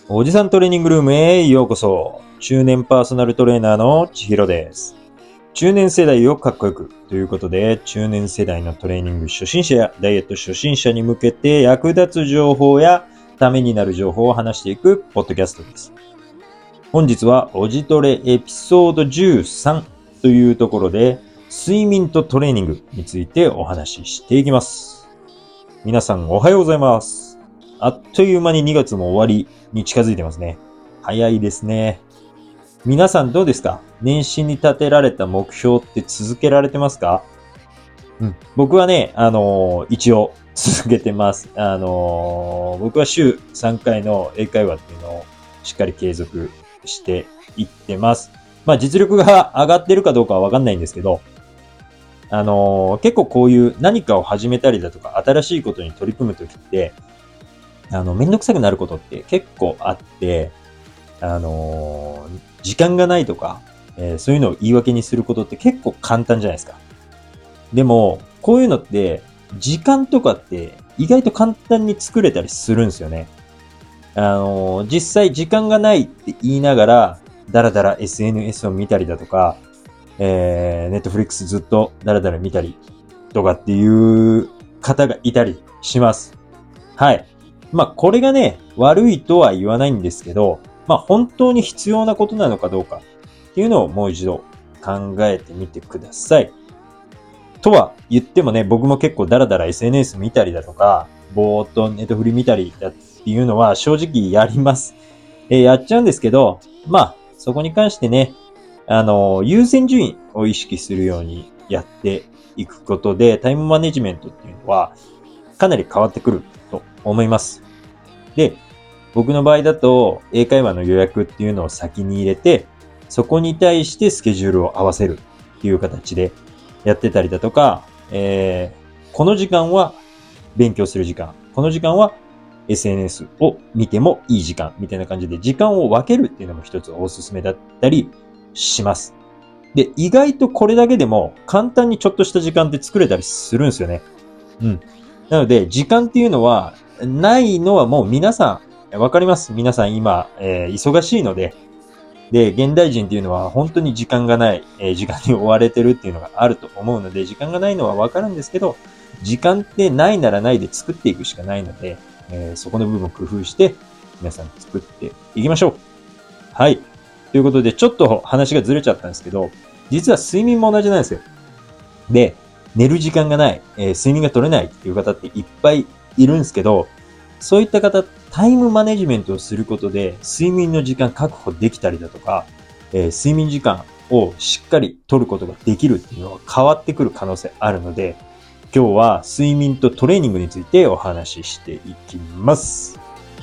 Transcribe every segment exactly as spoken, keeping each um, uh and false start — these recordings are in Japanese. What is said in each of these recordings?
おじさんトレーニングルームへようこそ。中年パーソナルトレーナーの千尋です。中年世代をかっこよくということで、中年世代のトレーニング初心者やダイエット初心者に向けて役立つ情報やためになる情報を話していくポッドキャストです。本日はおじトレエピソードじゅうさんというところで、睡眠とトレーニングについてお話ししていきます。皆さんおはようございます。あっという間ににがつも終わりに近づいてますね。早いですね。皆さんどうですか？年始に立てられた目標って続けられてますか？うん、僕はね、あのー、一応続けてます。あのー、僕は週さんかいの英会話っていうのをしっかり継続していってます。まあ実力が上がってるかどうかはわかんないんですけど、あのー、結構こういう何かを始めたりだとか新しいことに取り組むときって、あの、めんどくさくなることって結構あって、あのー、時間がないとか、えー、そういうのを言い訳にすることって結構簡単じゃないですか。でも、こういうのって、時間とかって意外と簡単に作れたりするんですよね。あのー、実際時間がないって言いながら、だらだら エスエヌエス を見たりだとか、えー、Netflix ずっとだらだら見たりとかっていう方がいたりします。はい。まあ、これがね、悪いとは言わないんですけど、まあ、本当に必要なことなのかどうかっていうのをもう一度考えてみてください。とは言ってもね、僕も結構ダラダラ エスエヌエス 見たりだとか、ぼーっとネットフリ見たりだっていうのは正直やります。えー、やっちゃうんですけど、まあ、そこに関してね、あのー、優先順位を意識するようにやっていくことで、タイムマネジメントっていうのはかなり変わってくると思います。で、僕の場合だと英会話の予約っていうのを先に入れて、そこに対してスケジュールを合わせるっていう形でやってたりだとか、えー、この時間は勉強する時間、この時間は エスエヌエス を見てもいい時間みたいな感じで時間を分けるっていうのも一つおすすめだったりします。で、意外とこれだけでも簡単にちょっとした時間って作れたりするんですよね。うん。なので、時間っていうのは、ないのはもう皆さん、わかります。皆さん今、えー、忙しいので、で、現代人っていうのは本当に時間がない、えー、時間に追われてるっていうのがあると思うので、時間がないのはわかるんですけど、時間ってないならないで作っていくしかないので、えー、そこの部分を工夫して、皆さん作っていきましょう。はい。ということで、ちょっと話がずれちゃったんですけど、実は睡眠も同じなんですよ。で、寝る時間がない、えー、睡眠が取れないっていう方っていっぱいいるんですけど、そういった方、タイムマネジメントをすることで、睡眠の時間確保できたりだとか、えー、睡眠時間をしっかり取ることができるっていうのは変わってくる可能性あるので、今日は睡眠とトレーニングについてお話ししていきます。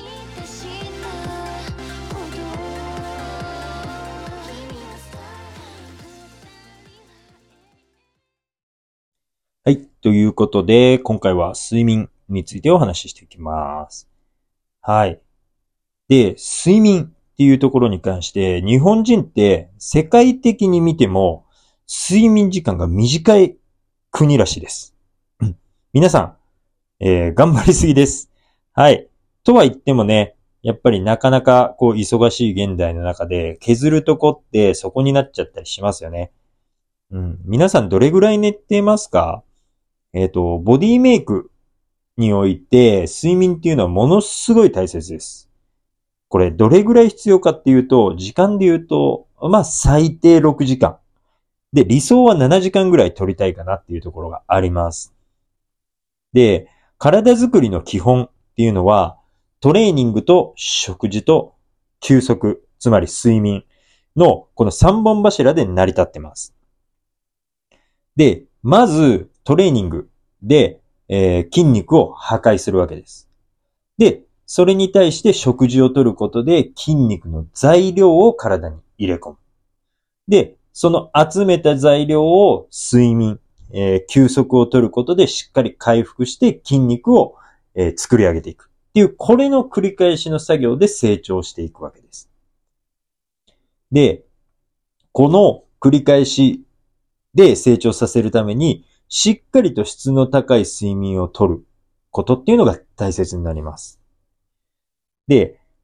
はい。ということで、今回は睡眠についてお話ししていきます。はい。で、睡眠っていうところに関して、日本人って世界的に見ても、睡眠時間が短い国らしいです。うん、皆さん、えー、頑張りすぎです。はい。とは言ってもね、やっぱりなかなかこう忙しい現代の中で削るとこってそこになっちゃったりしますよね。うん。皆さんどれぐらい寝てますか？えっと、ボディメイクにおいて睡眠っていうのはものすごい大切です。これどれぐらい必要かっていうと、時間で言うと、まあ最低ろくじかん。で、理想はななじかんぐらい取りたいかなっていうところがあります。で、体作りの基本っていうのは、トレーニングと食事と休息、つまり睡眠のこのさんぼん柱で成り立ってます。で、まずトレーニングで、えー、筋肉を破壊するわけです。で、それに対して食事をとることで筋肉の材料を体に入れ込む。で、その集めた材料を睡眠、えー、休息をとることでしっかり回復して筋肉を、えー、作り上げていく。っていう、これの繰り返しの作業で成長していくわけです。で、この繰り返しで成長させるために、しっかりと質の高い睡眠をとることっていうのが大切になります。で、これちょっ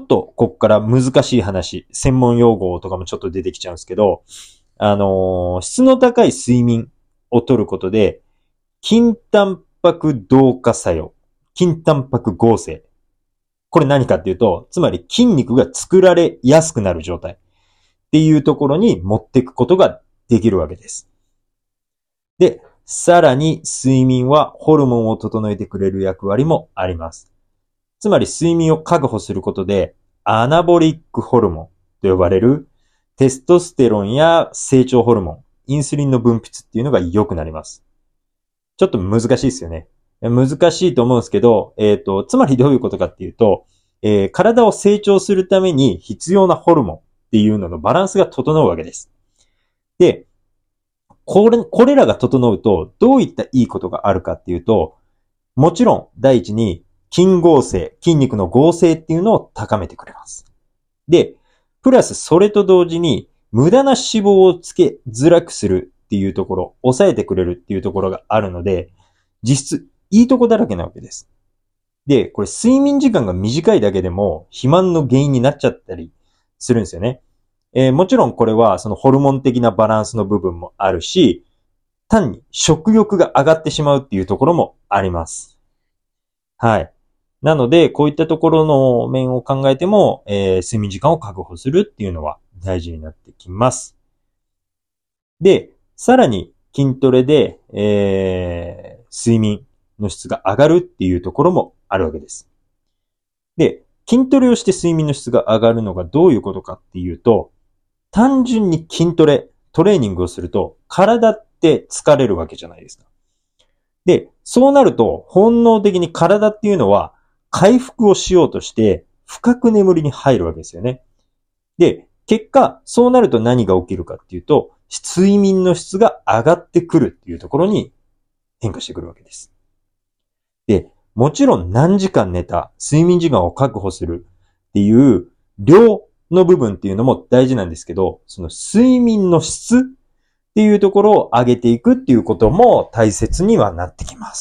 っとこっから難しい話、専門用語とかもちょっと出てきちゃうんですけど、あのー、質の高い睡眠を取ることで、筋タンパク同化作用、筋タンパク合成。これ何かっていうと、つまり筋肉が作られやすくなる状態っていうところに持っていくことができるわけです。で、さらに睡眠はホルモンを整えてくれる役割もあります。つまり睡眠を確保することで、アナボリックホルモンと呼ばれるテストステロンや成長ホルモン、インスリンの分泌っていうのが良くなります。ちょっと難しいですよね。難しいと思うんですけど、えっと、つまりどういうことかっていうと、えー、体を成長するために必要なホルモンっていうののバランスが整うわけです。で、これ、これらが整うと、どういったいいことがあるかっていうと、もちろん、第一に、筋合成、筋肉の合成っていうのを高めてくれます。で、プラスそれと同時に、無駄な脂肪をつけづらくするっていうところ、抑えてくれるっていうところがあるので、実質、いいとこだらけなわけです。で、これ睡眠時間が短いだけでも、肥満の原因になっちゃったりするんですよね。えー、もちろんこれはそのホルモン的なバランスの部分もあるし、単に食欲が上がってしまうっていうところもあります。はい。なので、こういったところの面を考えても、えー、睡眠時間を確保するっていうのは大事になってきます。で、さらに筋トレで、えー、睡眠の質が上がるっていうところもあるわけです。で、筋トレをして睡眠の質が上がるのがどういうことかっていうと、単純に筋トレ、トレーニングをすると、体って疲れるわけじゃないですか。で、そうなると、本能的に体っていうのは、回復をしようとして、深く眠りに入るわけですよね。で、結果、そうなると何が起きるかっていうと、睡眠の質が上がってくるっていうところに変化してくるわけです。で、もちろん何時間寝た、睡眠時間を確保するっていう量の部分っていうのも大事なんですけど、その睡眠の質っていうところを上げていくっていうことも大切にはなってきます。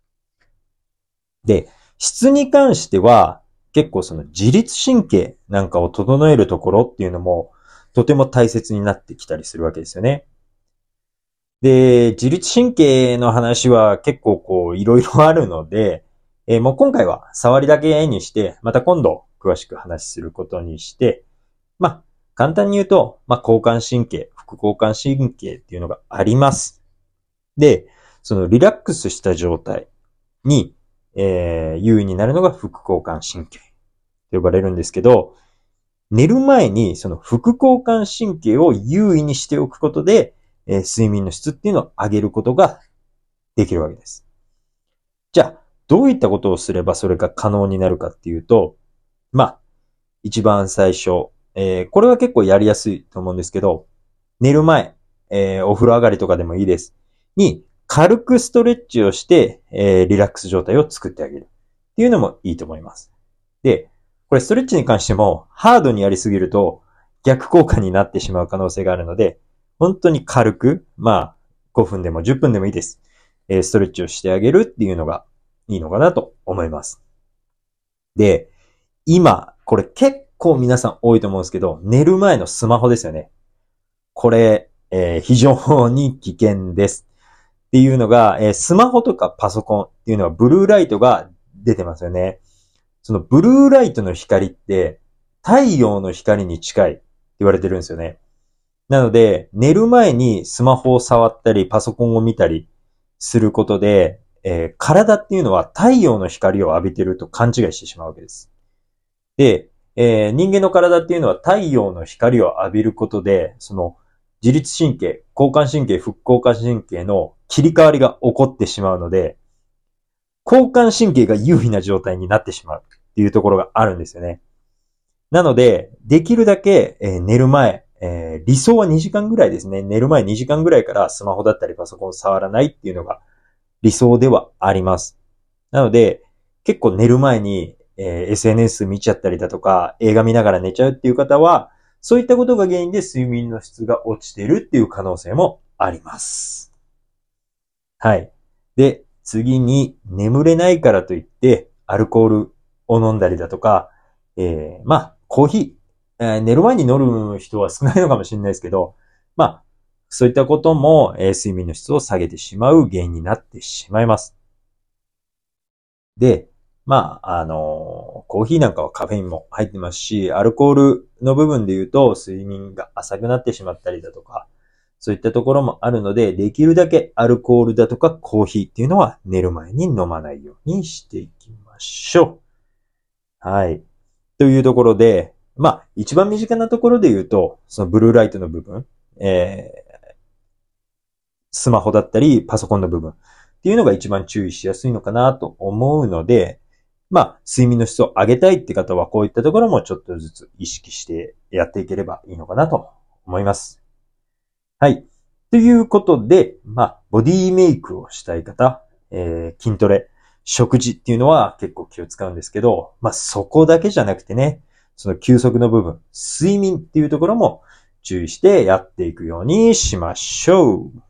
で、質に関しては結構その自律神経なんかを整えるところっていうのもとても大切になってきたりするわけですよね。で、自律神経の話は結構こういろいろあるので、えー、もう今回は触りだけにして、また今度詳しく話することにして、まあ、簡単に言うと、まあ、交感神経、副交感神経っていうのがあります。で、そのリラックスした状態に、えー、優位になるのが副交感神経と呼ばれるんですけど、寝る前にその副交感神経を優位にしておくことで、えー、睡眠の質っていうのを上げることができるわけです。じゃあ、どういったことをすればそれが可能になるかっていうと、まあ、一番最初、えー、これは結構やりやすいと思うんですけど、寝る前、えー、お風呂上がりとかでもいいです。に、軽くストレッチをして、えー、リラックス状態を作ってあげる。っていうのもいいと思います。で、これストレッチに関しても、ハードにやりすぎると逆効果になってしまう可能性があるので、本当に軽く、まあ、ごふんでもじゅっぷんでもいいです。えー、ストレッチをしてあげるっていうのがいいのかなと思います。で、今、これ結構皆さん多いと思うんですけど、寝る前のスマホですよね。これ、えー、非常に危険です。っていうのが、えー、スマホとかパソコンっていうのはブルーライトが出てますよね。そのブルーライトの光って太陽の光に近いって言われてるんですよね。なので、寝る前にスマホを触ったりパソコンを見たりすることで、えー、体っていうのは太陽の光を浴びてると勘違いしてしまうわけです。で、えー、人間の体っていうのは太陽の光を浴びることで、その自律神経、交感神経、副交感神経の切り替わりが起こってしまうので、交感神経が優位な状態になってしまうっていうところがあるんですよね。なので、できるだけ、えー、寝る前、えー、理想はにじかんぐらいですね。寝る前にじかんぐらいからスマホだったりパソコンを触らないっていうのが理想ではあります。なので、結構寝る前に、えー、エスエヌエス 見ちゃったりだとか、映画見ながら寝ちゃうっていう方は、そういったことが原因で睡眠の質が落ちているっていう可能性もあります。はい。で、次に眠れないからといって、アルコールを飲んだりだとか、 えー、まあ、コーヒー、えー寝る前に飲む人は少ないのかもしれないですけど、まあ、そういったことも、えー睡眠の質を下げてしまう原因になってしまいます。で、まあ、あのーコーヒーなんかはカフェインも入ってますし、アルコールの部分で言うと睡眠が浅くなってしまったりだとか、そういったところもあるので、できるだけアルコールだとかコーヒーっていうのは寝る前に飲まないようにしていきましょう。はい。というところで、まあ、一番身近なところで言うと、そのブルーライトの部分、えー、スマホだったり、パソコンの部分っていうのが一番注意しやすいのかなと思うので、まあ、睡眠の質を上げたいって方はこういったところもちょっとずつ意識してやっていければいいのかなと思います。はい。ということで、まあ、ボディメイクをしたい方、えー、筋トレ、食事っていうのは結構気を使うんですけど、まあ、そこだけじゃなくてね、その休息の部分、睡眠っていうところも注意してやっていくようにしましょう。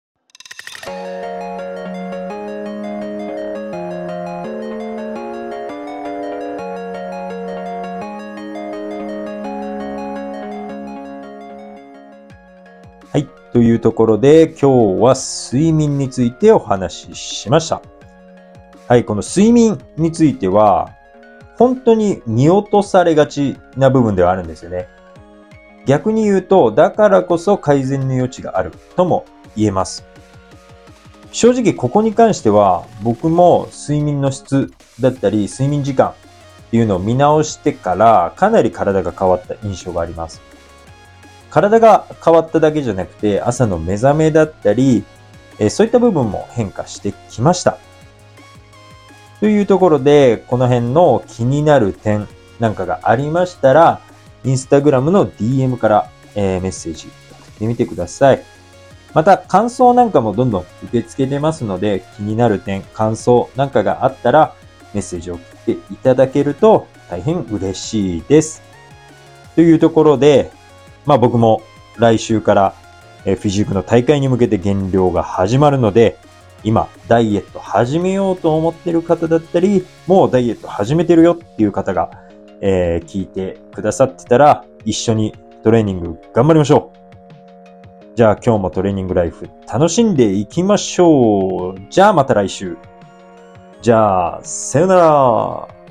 はい。というところで、今日は睡眠についてお話ししました。はい。この睡眠については、本当に見落とされがちな部分ではあるんですよね。逆に言うと、だからこそ改善の余地があるとも言えます。正直ここに関しては、僕も睡眠の質だったり、睡眠時間っていうのを見直してから、かなり体が変わった印象があります。体が変わっただけじゃなくて、朝の目覚めだったり、えーそういった部分も変化してきました。というところで、この辺の気になる点なんかがありましたら、インスタグラムの ディーエム から、えーメッセージ送ってみてください。また、感想なんかもどんどん受け付けてますので、気になる点、感想なんかがあったら、メッセージを送っていただけると大変嬉しいです。というところで、まあ僕も来週からえーフィジークの大会に向けて減量が始まるので、今ダイエット始めようと思ってる方だったり、もうダイエット始めてるよっていう方が、えー聞いてくださってたら、一緒にトレーニング頑張りましょう。じゃあ今日もトレーニングライフ楽しんでいきましょう。じゃあまた来週。じゃあ、さよなら。